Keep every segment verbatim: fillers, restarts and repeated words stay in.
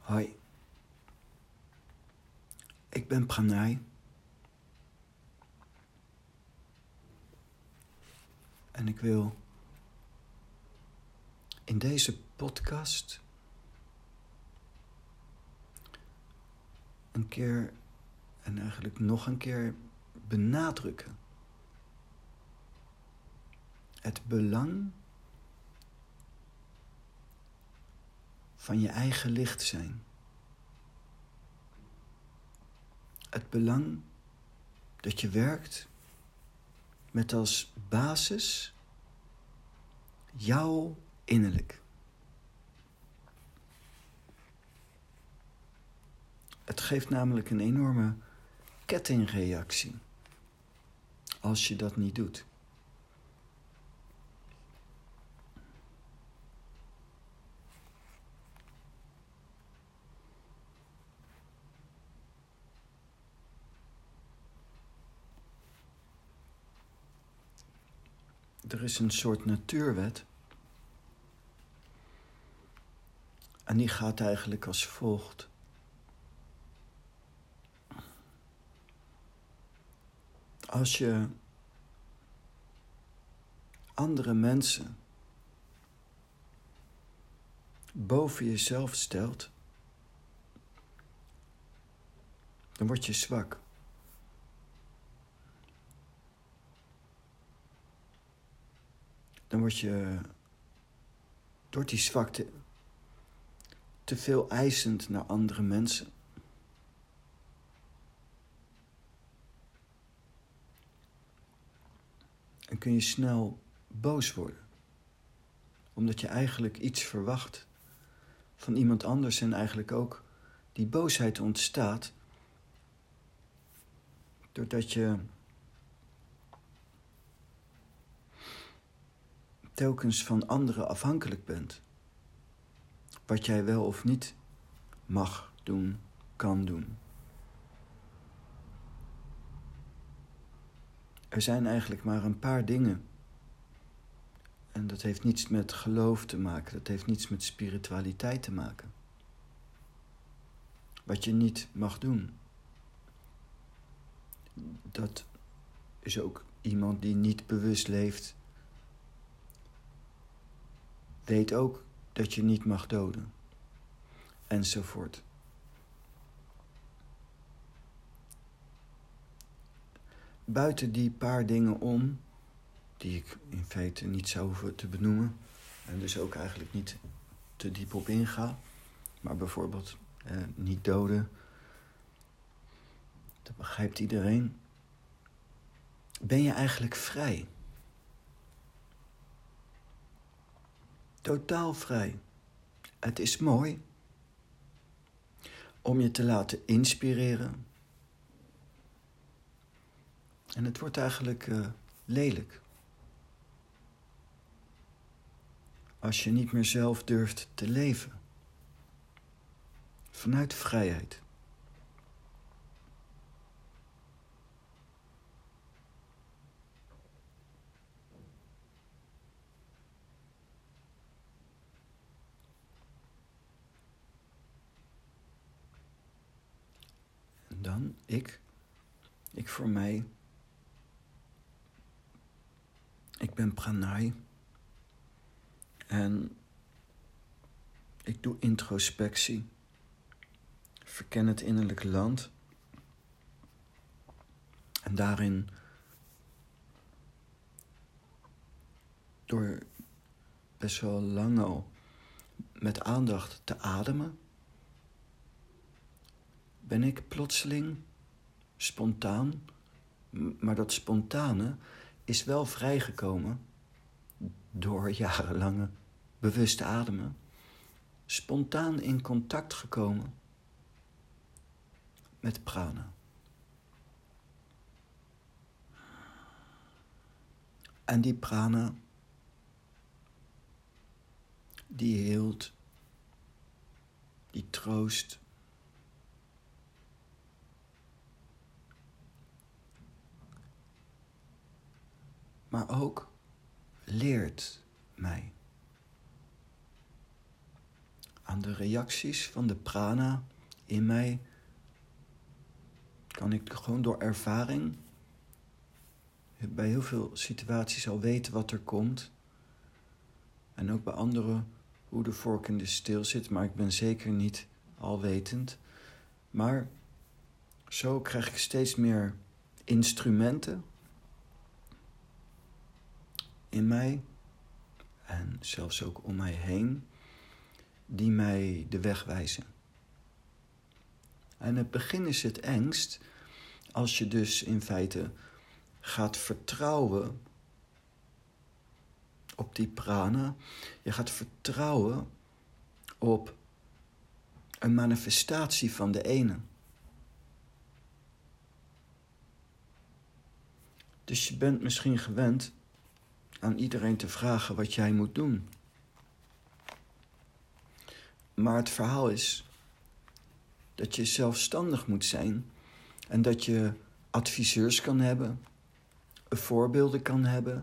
Hoi, ik ben Pranay en ik wil in deze podcast een keer en eigenlijk nog een keer benadrukken het belang van je eigen licht zijn. Het belang dat je werkt met als basis jouw innerlijk. Het geeft namelijk een enorme kettingreactie als je dat niet doet. Er is een soort natuurwet. En die gaat eigenlijk als volgt. Als je andere mensen boven jezelf stelt, dan word je zwak. Dan word je door die zwakte te veel eisend naar andere mensen. En kun je snel boos worden. Omdat je eigenlijk iets verwacht van iemand anders en eigenlijk ook die boosheid ontstaat doordat je telkens van anderen afhankelijk bent. Wat jij wel of niet mag doen, kan doen. Er zijn eigenlijk maar een paar dingen. En dat heeft niets met geloof te maken. Dat heeft niets met spiritualiteit te maken. Wat je niet mag doen. Dat is ook iemand die niet bewust leeft. Weet ook dat je niet mag doden. Enzovoort. Buiten die paar dingen om, die ik in feite niet zou hoeven te benoemen, en dus ook eigenlijk niet te diep op inga, maar bijvoorbeeld eh, niet doden, dat begrijpt iedereen, ben je eigenlijk vrij. Totaal vrij. Het is mooi om je te laten inspireren. En het wordt eigenlijk uh, lelijk. Als je niet meer zelf durft te leven. Vanuit vrijheid. En dan, ik, ik voor mij, ik ben Pranay. En ik doe introspectie. Verken het innerlijke land. En daarin, door best wel lang al met aandacht te ademen, ben ik plotseling spontaan, maar dat spontane is wel vrijgekomen door jarenlange bewuste ademen, spontaan in contact gekomen met prana. En die prana, die heelt, die troost, maar ook leert mij. aan de reacties van de prana in mij, kan ik gewoon door ervaring bij heel veel situaties al weten wat er komt. En ook bij anderen hoe de vork in de steel zit, maar ik ben zeker niet alwetend. Maar zo krijg ik steeds meer instrumenten in mij en zelfs ook om mij heen die mij de weg wijzen. En het begin is het engst als je dus in feite gaat vertrouwen op die prana. Je gaat vertrouwen op een manifestatie van de ene. Dus je bent misschien gewend aan iedereen te vragen wat jij moet doen. Maar het verhaal is dat je zelfstandig moet zijn en dat je adviseurs kan hebben, voorbeelden kan hebben,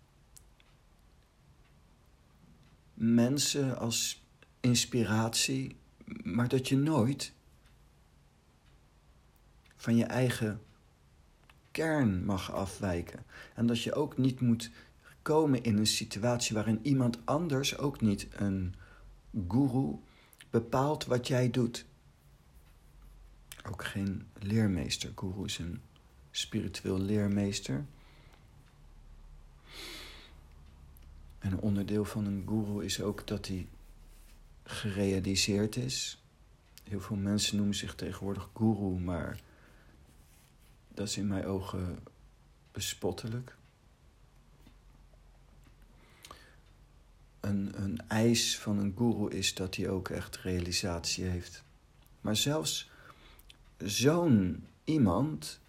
mensen als inspiratie, maar dat je nooit van je eigen kern mag afwijken. En dat je ook niet moet komen in een situatie waarin iemand anders, ook niet een guru, bepaalt wat jij doet. Ook geen leermeester. Guru is een spiritueel leermeester. En een onderdeel van een guru is ook dat hij gerealiseerd is. Heel veel mensen noemen zich tegenwoordig guru, maar dat is in mijn ogen bespottelijk. Een, een eis van een guru is dat hij ook echt realisatie heeft. Maar zelfs zo'n iemand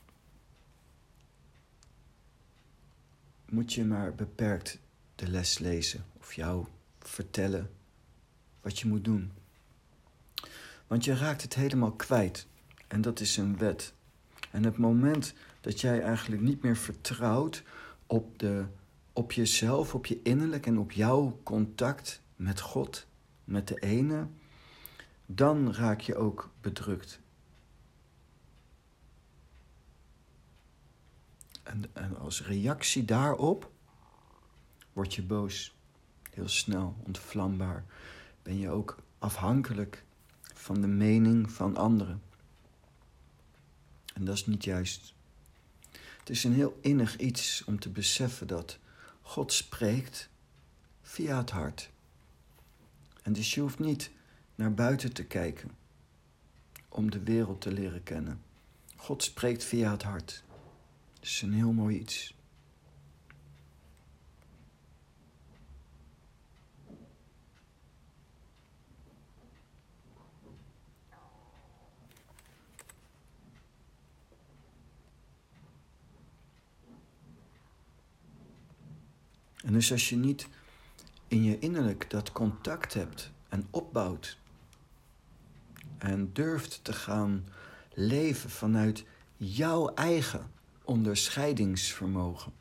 moet je maar beperkt de les lezen of jou vertellen wat je moet doen. Want je raakt het helemaal kwijt en dat is een wet. En het moment dat jij eigenlijk niet meer vertrouwt op, de, op jezelf, op je innerlijk en op jouw contact met God, met de ene, dan raak je ook bedrukt. En, en als reactie daarop word je boos, heel snel, ontvlambaar. Ben je ook afhankelijk van de mening van anderen. En dat is niet juist. Het is een heel innig iets om te beseffen dat God spreekt via het hart. En dus je hoeft niet naar buiten te kijken om de wereld te leren kennen. God spreekt via het hart. Dat is een heel mooi iets. En dus als je niet in je innerlijk dat contact hebt en opbouwt en durft te gaan leven vanuit jouw eigen onderscheidingsvermogen,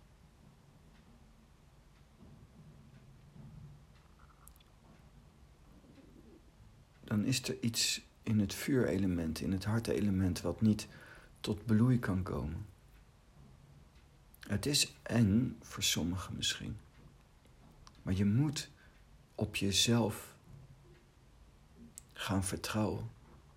dan is er iets in het vuurelement, in het hartelement, wat niet tot bloei kan komen. Het is eng voor sommigen misschien. Maar je moet op jezelf gaan vertrouwen.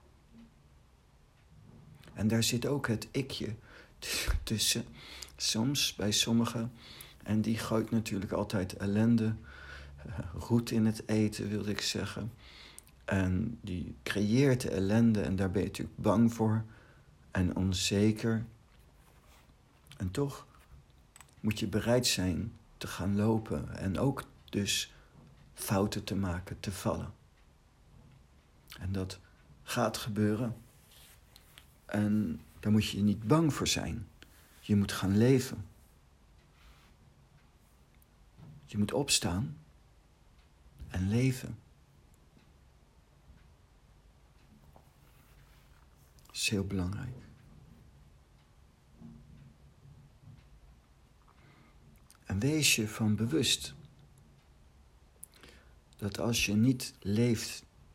En daar zit ook het ikje tussen, soms bij sommigen. En die gooit natuurlijk altijd ellende, roet in het eten, wilde ik zeggen. En die creëert de ellende en daar ben je natuurlijk bang voor en onzeker. En toch moet je bereid zijn te gaan lopen en ook dus fouten te maken, te vallen. En dat gaat gebeuren. En daar moet je niet bang voor zijn. Je moet gaan leven. Je moet opstaan en leven. Dat is heel belangrijk. En wees je van bewust dat als je niet leeft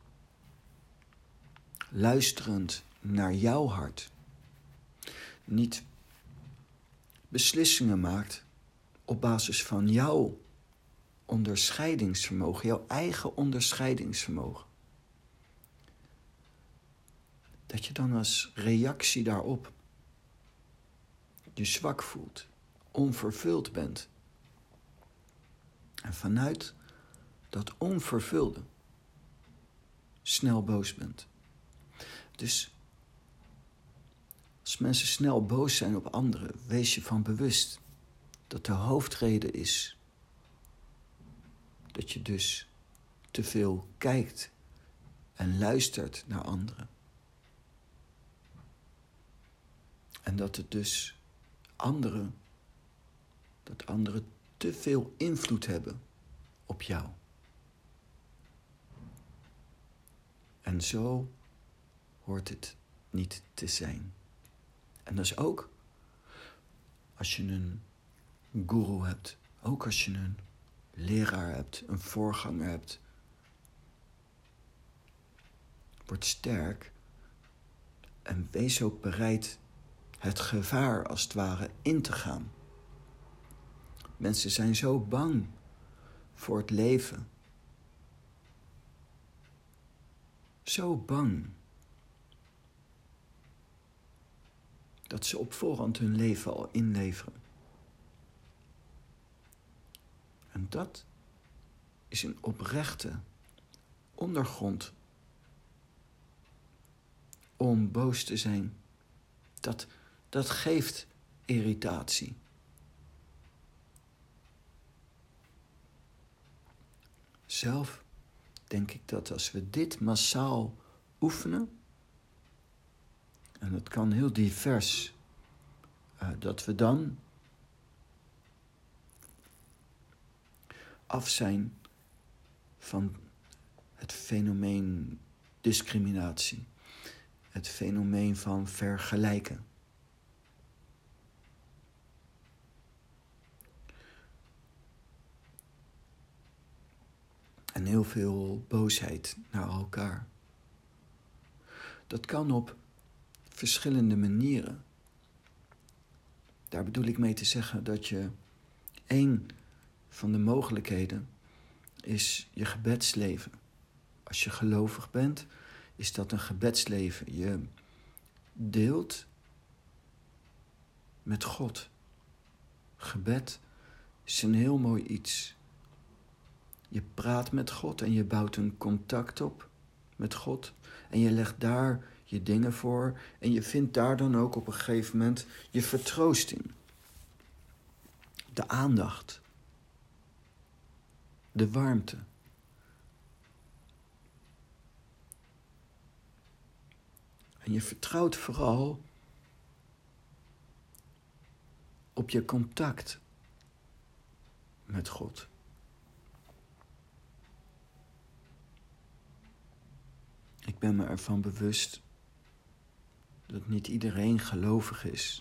luisterend naar jouw hart, niet beslissingen maakt op basis van jouw onderscheidingsvermogen, jouw eigen onderscheidingsvermogen. Dat je dan als reactie daarop je zwak voelt, onvervuld bent. En vanuit dat onvervulde snel boos bent. Dus als mensen snel boos zijn op anderen, wees je van bewust dat de hoofdreden is dat je dus te veel kijkt en luistert naar anderen. En dat het dus anderen, dat anderen te veel invloed hebben op jou. En zo hoort het niet te zijn. En dat is ook als je een guru hebt, ook als je een leraar hebt, een voorganger hebt. Word sterk en wees ook bereid het gevaar als het ware in te gaan. Mensen zijn zo bang voor het leven. Zo bang dat ze op voorhand hun leven al inleveren. En dat is een oprechte ondergrond om boos te zijn. Dat, dat geeft irritatie. Zelf denk ik dat als we dit massaal oefenen, en het kan heel divers, uh, dat we dan af zijn van het fenomeen discriminatie, het fenomeen van vergelijken. En heel veel boosheid naar elkaar. Dat kan op verschillende manieren. Daar bedoel ik mee te zeggen dat je één van de mogelijkheden is je gebedsleven. Als je gelovig bent, is dat een gebedsleven. Je deelt met God. Gebed is een heel mooi iets. Je praat met God en je bouwt een contact op met God. En je legt daar je dingen voor. En je vindt daar dan ook op een gegeven moment je vertroosting. De aandacht. De warmte. En je vertrouwt vooral op je contact met God. Ik ben me ervan bewust dat niet iedereen gelovig is.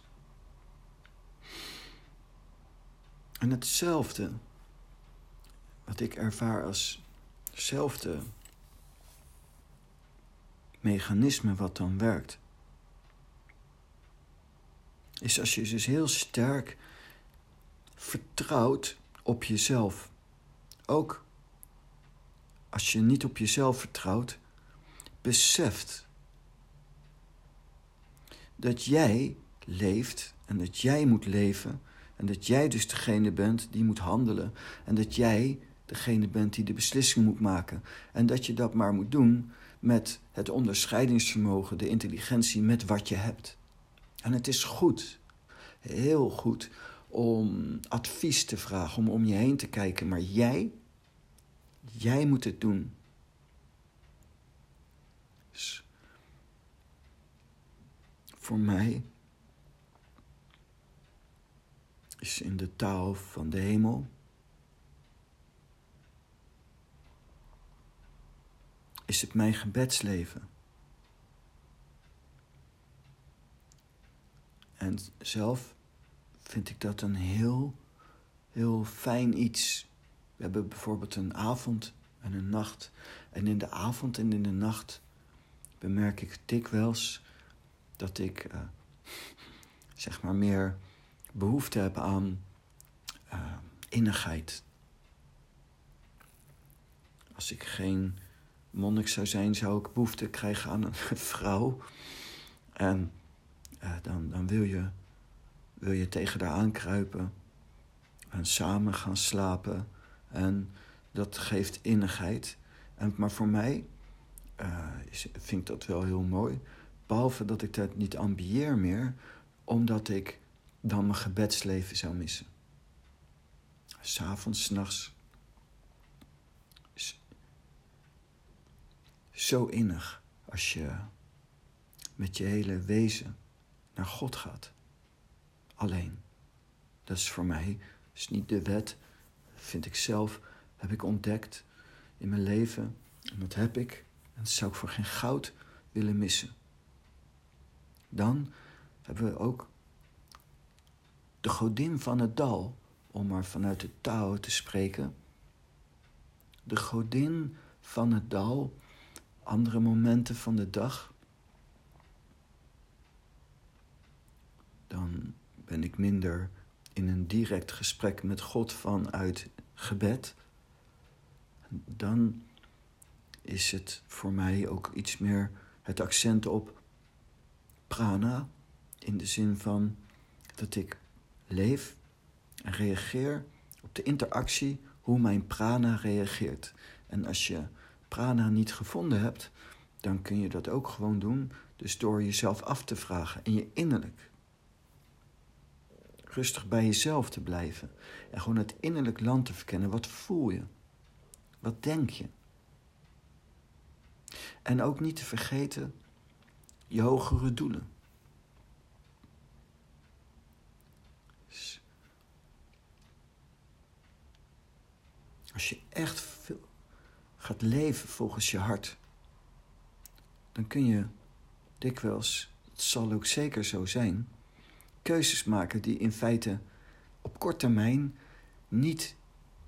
En hetzelfde, wat ik ervaar als hetzelfde mechanisme wat dan werkt, is als je dus heel sterk vertrouwt op jezelf. Ook als je niet op jezelf vertrouwt, beseft dat jij leeft en dat jij moet leven en dat jij dus degene bent die moet handelen en dat jij degene bent die de beslissing moet maken en dat je dat maar moet doen met het onderscheidingsvermogen, de intelligentie met wat je hebt. En het is goed, heel goed, om advies te vragen, om om je heen te kijken, maar jij, jij moet het doen. Dus voor mij is in de taal van de hemel is het mijn gebedsleven. En zelf vind ik dat een heel, heel fijn iets. We hebben bijvoorbeeld een avond en een nacht. En in de avond en in de nacht bemerk ik dikwijls dat ik uh, zeg maar meer behoefte heb aan uh, innigheid. Als ik geen monnik zou zijn, zou ik behoefte krijgen aan een vrouw. En uh, dan, dan wil je, wil je tegen haar aankruipen en samen gaan slapen. En dat geeft innigheid. En, maar voor mij uh, is, vind ik dat wel heel mooi. Behalve dat ik dat niet ambieer meer, omdat ik dan mijn gebedsleven zou missen. 'S Avonds, 's nachts. Zo innig als je met je hele wezen naar God gaat. Alleen. Dat is voor mij, dat is niet de wet. Vind ik zelf, heb ik ontdekt in mijn leven. En dat heb ik. En dat zou ik voor geen goud willen missen. Dan hebben we ook de godin van het dal, om maar vanuit de Tao te spreken. De godin van het dal, andere momenten van de dag. Dan ben ik minder in een direct gesprek met God vanuit gebed. Dan is het voor mij ook iets meer het accent op prana. In de zin van dat ik leef en reageer op de interactie, hoe mijn prana reageert. En als je prana niet gevonden hebt, dan kun je dat ook gewoon doen. Dus door jezelf af te vragen en je innerlijk rustig bij jezelf te blijven. En gewoon het innerlijk land te verkennen. Wat voel je? Wat denk je? En ook niet te vergeten je hogere doelen. Dus als je echt veel gaat leven volgens je hart, dan kun je dikwijls, het zal ook zeker zo zijn, keuzes maken die in feite op korte termijn niet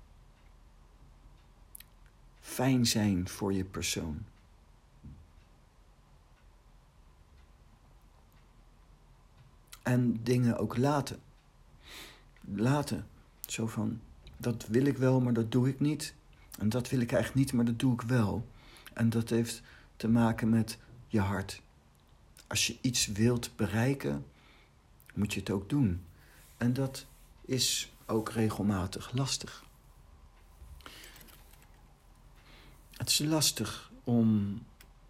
fijn zijn voor je persoon. En dingen ook laten. Laten. Zo van, dat wil ik wel, maar dat doe ik niet. En dat wil ik eigenlijk niet, maar dat doe ik wel. En dat heeft te maken met je hart. Als je iets wilt bereiken, moet je het ook doen. En dat is ook regelmatig lastig. Het is lastig om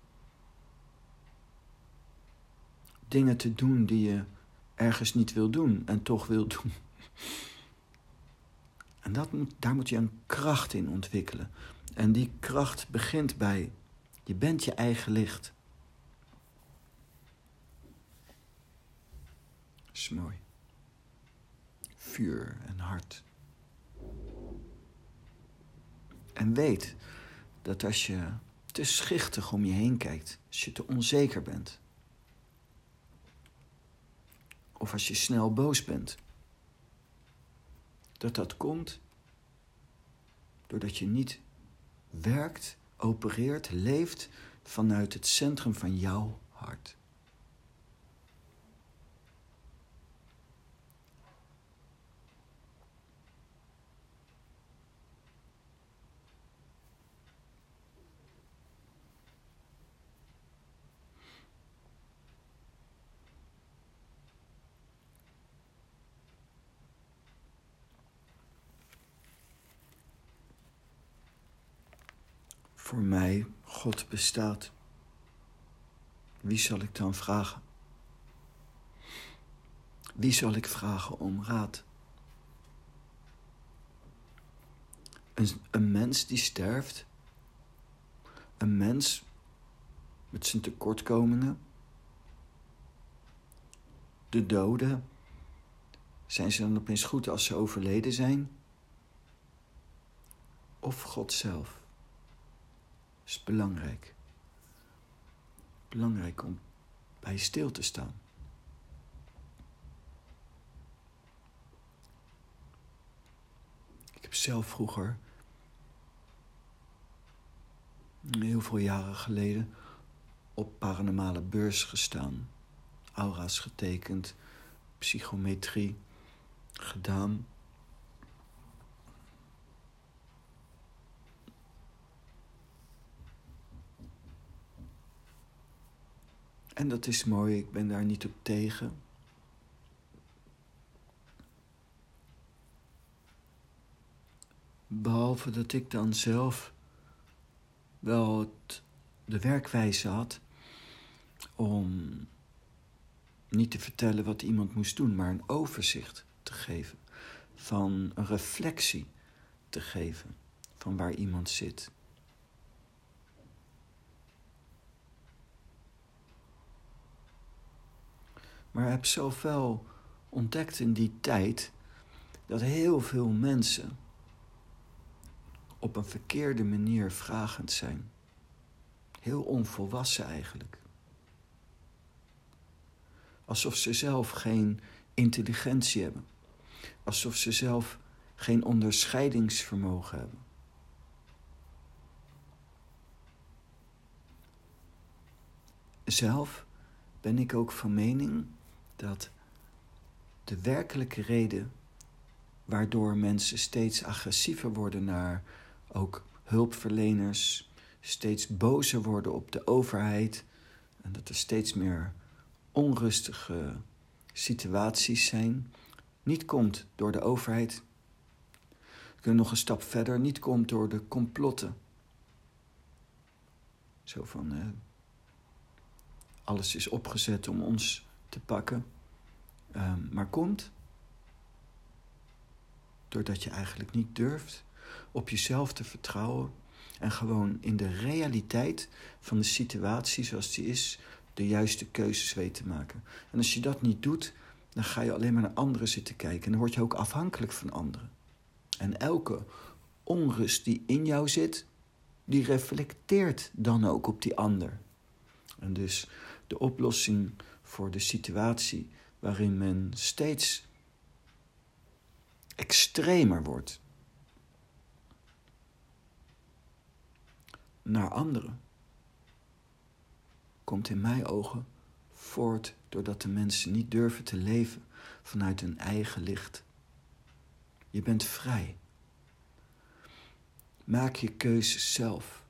dingen te doen die je ergens niet wil doen en toch wil doen. En dat moet, daar moet je een kracht in ontwikkelen. En die kracht begint bij, je bent je eigen licht. Dat is mooi. Vuur en hart. En weet dat als je te schichtig om je heen kijkt, als je te onzeker bent, of als je snel boos bent, dat dat komt doordat je niet werkt, opereert, leeft vanuit het centrum van jouw hart. Voor mij, God bestaat. Wie zal ik dan vragen? Wie zal ik vragen om raad? Een, een mens die sterft. Een mens met zijn tekortkomingen. De doden. Zijn ze dan opeens goed als ze overleden zijn? Of God zelf? Dat is belangrijk. Belangrijk om bij stil te staan. Ik heb zelf vroeger, heel veel jaren geleden, op paranormale beurs gestaan. Aura's getekend, psychometrie gedaan. En dat is mooi, ik ben daar niet op tegen. Behalve dat ik dan zelf wel het, de werkwijze had om niet te vertellen wat iemand moest doen, maar een overzicht te geven. Van een reflectie te geven van waar iemand zit. Maar ik heb zelf wel ontdekt in die tijd dat heel veel mensen op een verkeerde manier vragend zijn. Heel onvolwassen eigenlijk. Alsof ze zelf geen intelligentie hebben. Alsof ze zelf geen onderscheidingsvermogen hebben. Zelf ben ik ook van mening dat de werkelijke reden waardoor mensen steeds agressiever worden naar ook hulpverleners, steeds bozer worden op de overheid en dat er steeds meer onrustige situaties zijn, niet komt door de overheid. We kunnen nog een stap verder, niet komt door de complotten. Zo van, eh, alles is opgezet om ons te pakken, uh, maar komt doordat je eigenlijk niet durft op jezelf te vertrouwen en gewoon in de realiteit van de situatie zoals die is, de juiste keuzes weet te maken. En als je dat niet doet, dan ga je alleen maar naar anderen zitten kijken. En dan word je ook afhankelijk van anderen. En elke onrust die in jou zit, die reflecteert dan ook op die ander. En dus de oplossing voor de situatie waarin men steeds extremer wordt naar anderen, komt in mijn ogen voort doordat de mensen niet durven te leven vanuit hun eigen licht. Je bent vrij. Maak je keuzes zelf.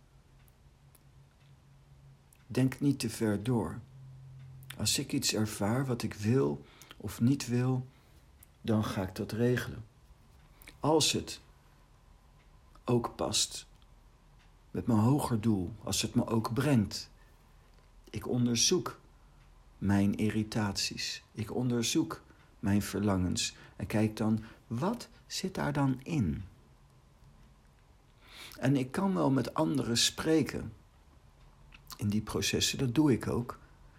Denk niet te ver door. Als ik iets ervaar wat ik wil of niet wil, dan ga ik dat regelen. Als het ook past met mijn hoger doel, als het me ook brengt. Ik onderzoek mijn irritaties. Ik onderzoek mijn verlangens. En kijk dan, wat zit daar dan in? En ik kan wel met anderen spreken in die processen, dat doe ik ook.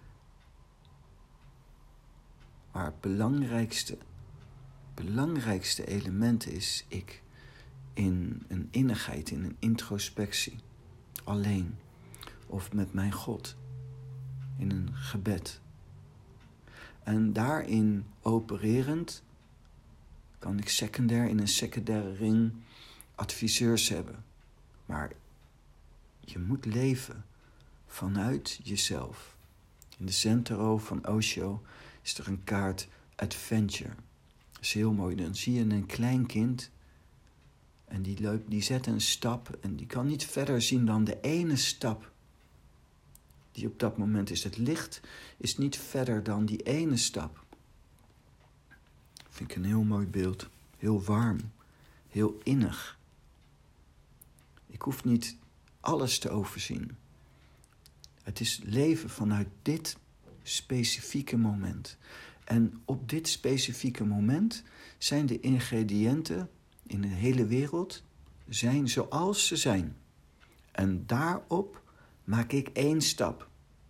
Maar het belangrijkste, belangrijkste element is ik in een innigheid, in een introspectie. Alleen of met mijn God. In een gebed. En daarin opererend kan ik secundair in een secundaire ring adviseurs hebben. Maar je moet leven vanuit jezelf. In de Zentaro van Osho is er een kaart Adventure. Dat is heel mooi. Dan zie je een klein kind en die, loopt, die zet een stap en die kan niet verder zien dan de ene stap die op dat moment is. Het licht is niet verder dan die ene stap. Vind ik een heel mooi beeld. Heel warm. Heel innig. Ik hoef niet alles te overzien. Het is leven vanuit dit specifieke moment. En op dit specifieke moment zijn de ingrediënten in de hele wereld zijn zoals ze zijn. En daarop maak ik één stap.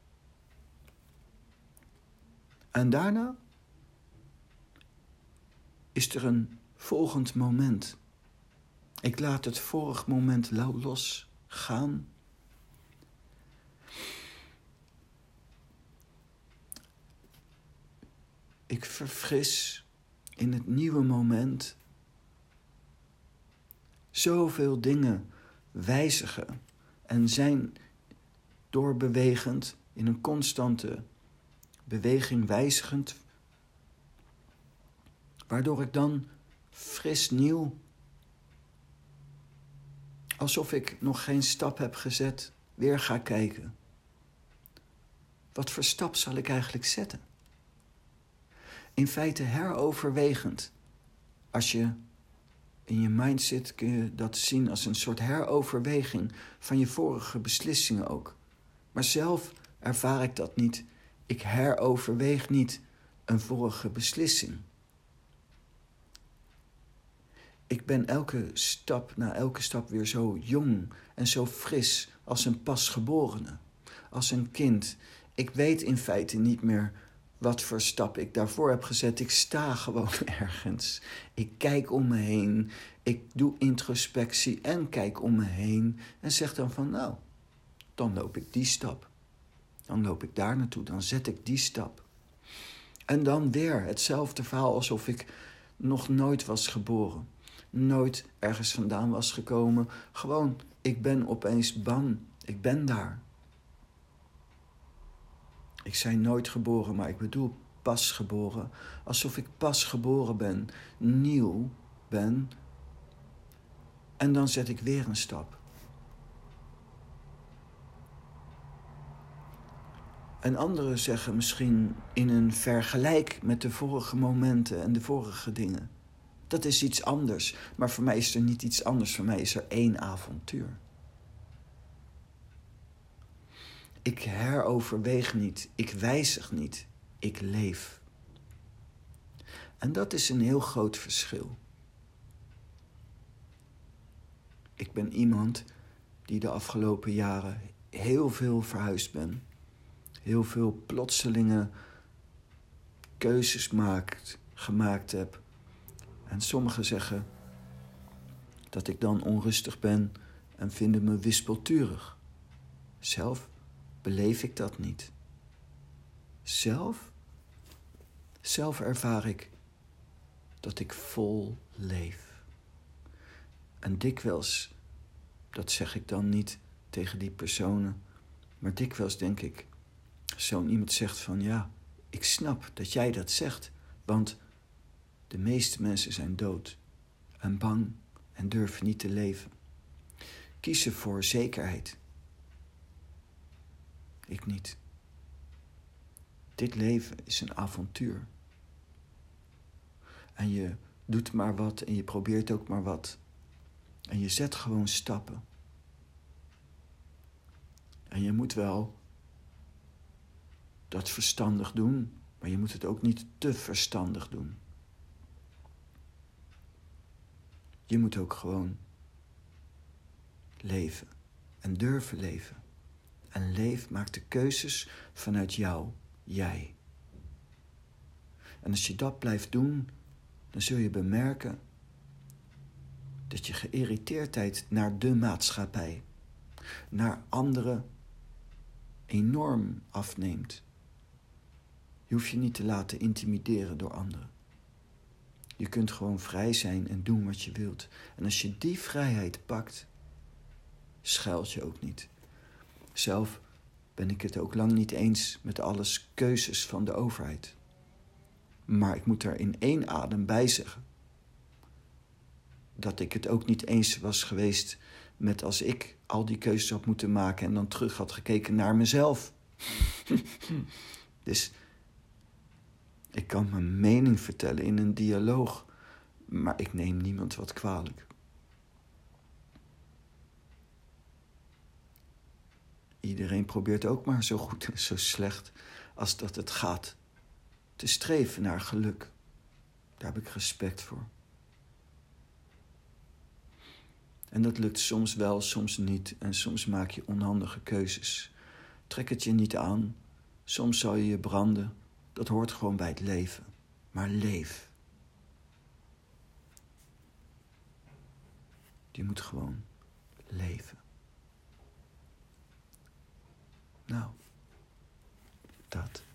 En daarna is er een volgend moment. Ik laat het vorige moment los gaan. Ik verfris in het nieuwe moment. Zoveel dingen wijzigen en zijn doorbewegend, in een constante beweging wijzigend, waardoor ik dan fris nieuw, alsof ik nog geen stap heb gezet, weer ga kijken. Wat voor stap zal ik eigenlijk zetten? In feite heroverwegend. Als je in je mind zit, kun je dat zien als een soort heroverweging van je vorige beslissingen ook. Maar zelf ervaar ik dat niet. Ik heroverweeg niet een vorige beslissing. Ik ben elke stap, na elke stap weer zo jong en zo fris als een pasgeborene, als een kind. Ik weet in feite niet meer wat voor stap ik daarvoor heb gezet. Ik sta gewoon ergens. Ik kijk om me heen. Ik doe introspectie en kijk om me heen. En zeg dan van nou, dan loop ik die stap. Dan loop ik daar naartoe. Dan zet ik die stap. En dan weer hetzelfde verhaal alsof ik nog nooit was geboren. Nooit ergens vandaan was gekomen. Gewoon, ik ben opeens bang. Ik ben daar. Ik zei nooit geboren, maar ik bedoel pas geboren. Alsof ik pas geboren ben, nieuw ben. En dan zet ik weer een stap. En anderen zeggen misschien in een vergelijk met de vorige momenten en de vorige dingen. Dat is iets anders, maar voor mij is er niet iets anders. Voor mij is er één avontuur. Ik heroverweeg niet, ik wijzig niet, ik leef. En dat is een heel groot verschil. Ik ben iemand die de afgelopen jaren heel veel verhuisd ben. Heel veel plotselinge keuzes maakt, gemaakt heb. En sommigen zeggen dat ik dan onrustig ben en vinden me wispelturig. Zelf beleef ik dat niet. Zelf, zelf ervaar ik dat ik vol leef. En dikwijls, dat zeg ik dan niet tegen die personen, maar dikwijls denk ik, zo'n iemand zegt van ja, ik snap dat jij dat zegt, want de meeste mensen zijn dood en bang en durven niet te leven. Kiezen voor zekerheid. Ik niet. Dit leven is een avontuur. En je doet maar wat en je probeert ook maar wat. En je zet gewoon stappen. En je moet wel dat verstandig doen, maar je moet het ook niet te verstandig doen. Je moet ook gewoon leven en durven leven. En leef, maak de keuzes vanuit jou, jij. En als je dat blijft doen, dan zul je bemerken dat je geïrriteerdheid naar de maatschappij, naar anderen, enorm afneemt. Je hoeft je niet te laten intimideren door anderen. Je kunt gewoon vrij zijn en doen wat je wilt. En als je die vrijheid pakt, schuilt je ook niet. Zelf ben ik het ook lang niet eens met alles keuzes van de overheid. Maar ik moet er in één adem bij zeggen dat ik het ook niet eens was geweest met als ik al die keuzes had moeten maken en dan terug had gekeken naar mezelf. Dus ik kan mijn mening vertellen in een dialoog, maar ik neem niemand wat kwalijk. Iedereen probeert ook maar zo goed en zo slecht als dat het gaat te streven naar geluk. Daar heb ik respect voor. En dat lukt soms wel, soms niet. En soms maak je onhandige keuzes. Trek het je niet aan. Soms zal je je branden. Dat hoort gewoon bij het leven. Maar leef. Je moet gewoon leven. Nou, dat.